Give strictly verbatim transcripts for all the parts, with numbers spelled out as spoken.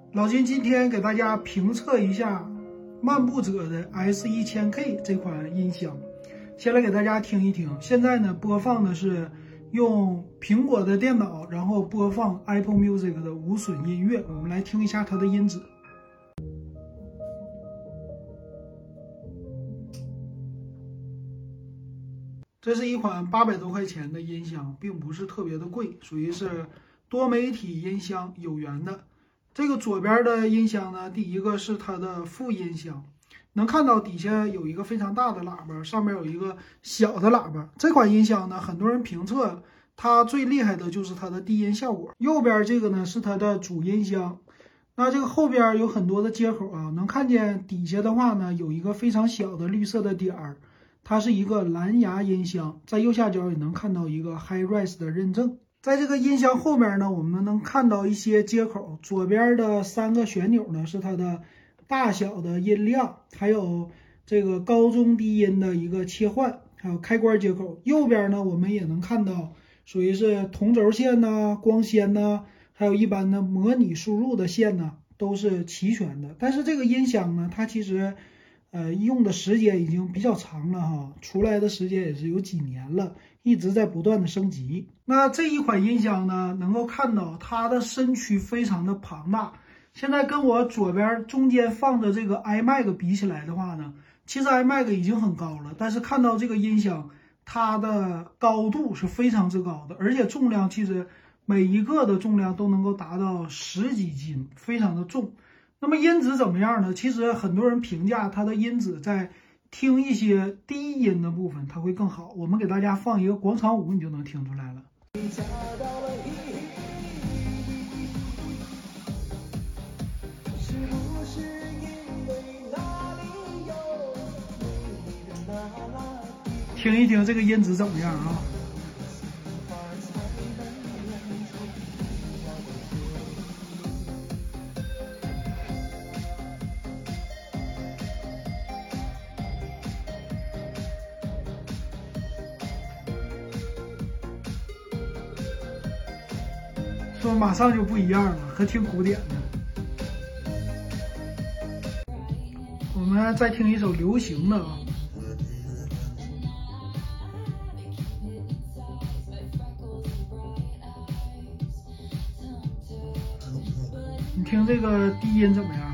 老金今天给大家评测一下漫步者的 S 一千 K 这款音箱，先来给大家听一听。现在呢，播放的是用苹果的电脑，然后播放 Apple Music 的无损音乐。我们来听一下它的音质。这是一款八百多块钱的音箱，并不是特别的贵，属于是多媒体音箱有源的。这个左边的音箱呢，第一个是它的副音箱，能看到底下有一个非常大的喇叭，上面有一个小的喇叭。这款音箱呢，很多人评测它最厉害的就是它的低音效果。右边这个呢是它的主音箱，那这个后边有很多的接口啊，能看见底下的话呢有一个非常小的绿色的点儿，它是一个蓝牙音箱，在右下角也能看到一个 Hi-Res 的认证。在这个音箱后面呢，我们能看到一些接口，左边的三个旋钮呢是它的大小的音量，还有这个高中低音的一个切换，还有开关接口。右边呢我们也能看到属于是同轴线呐、光纤呐，还有一般的模拟输入的线呢，都是齐全的。但是这个音箱呢，它其实呃用的时间已经比较长了哈，出来的时间也是有几年了，一直在不断的升级。那这一款音箱呢，能够看到它的身躯非常的庞大。现在跟我左边中间放的这个 iMac 比起来的话呢，其实 iMac 已经很高了，但是看到这个音箱，它的高度是非常之高的，而且重量其实每一个的重量都能够达到十几斤，非常的重。那么音质怎么样呢？其实很多人评价它的音质在听一些低音的部分它会更好。我们给大家放一个广场舞，你就能听出来了。听一听这个音质怎么样啊？是不是马上就不一样了，和听古典的。我们再听一首流行的啊。你听这个低音怎么样？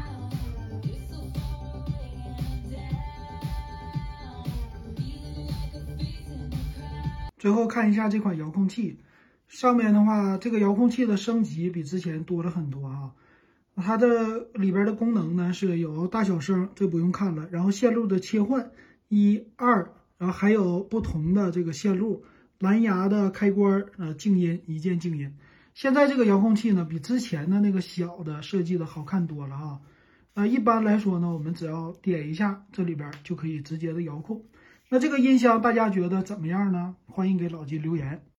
最后看一下这款遥控器，上面的话，这个遥控器的升级比之前多了很多啊。它的里边的功能呢是有大小声，这不用看了，然后线路的切换一二，然后还有不同的这个线路，蓝牙的开关，呃，静音一键静音。现在这个遥控器呢，比之前的那个小的设计的好看多了啊。呃，一般来说呢，我们只要点一下这里边就可以直接的遥控。那这个音箱大家觉得怎么样呢？欢迎给老金留言。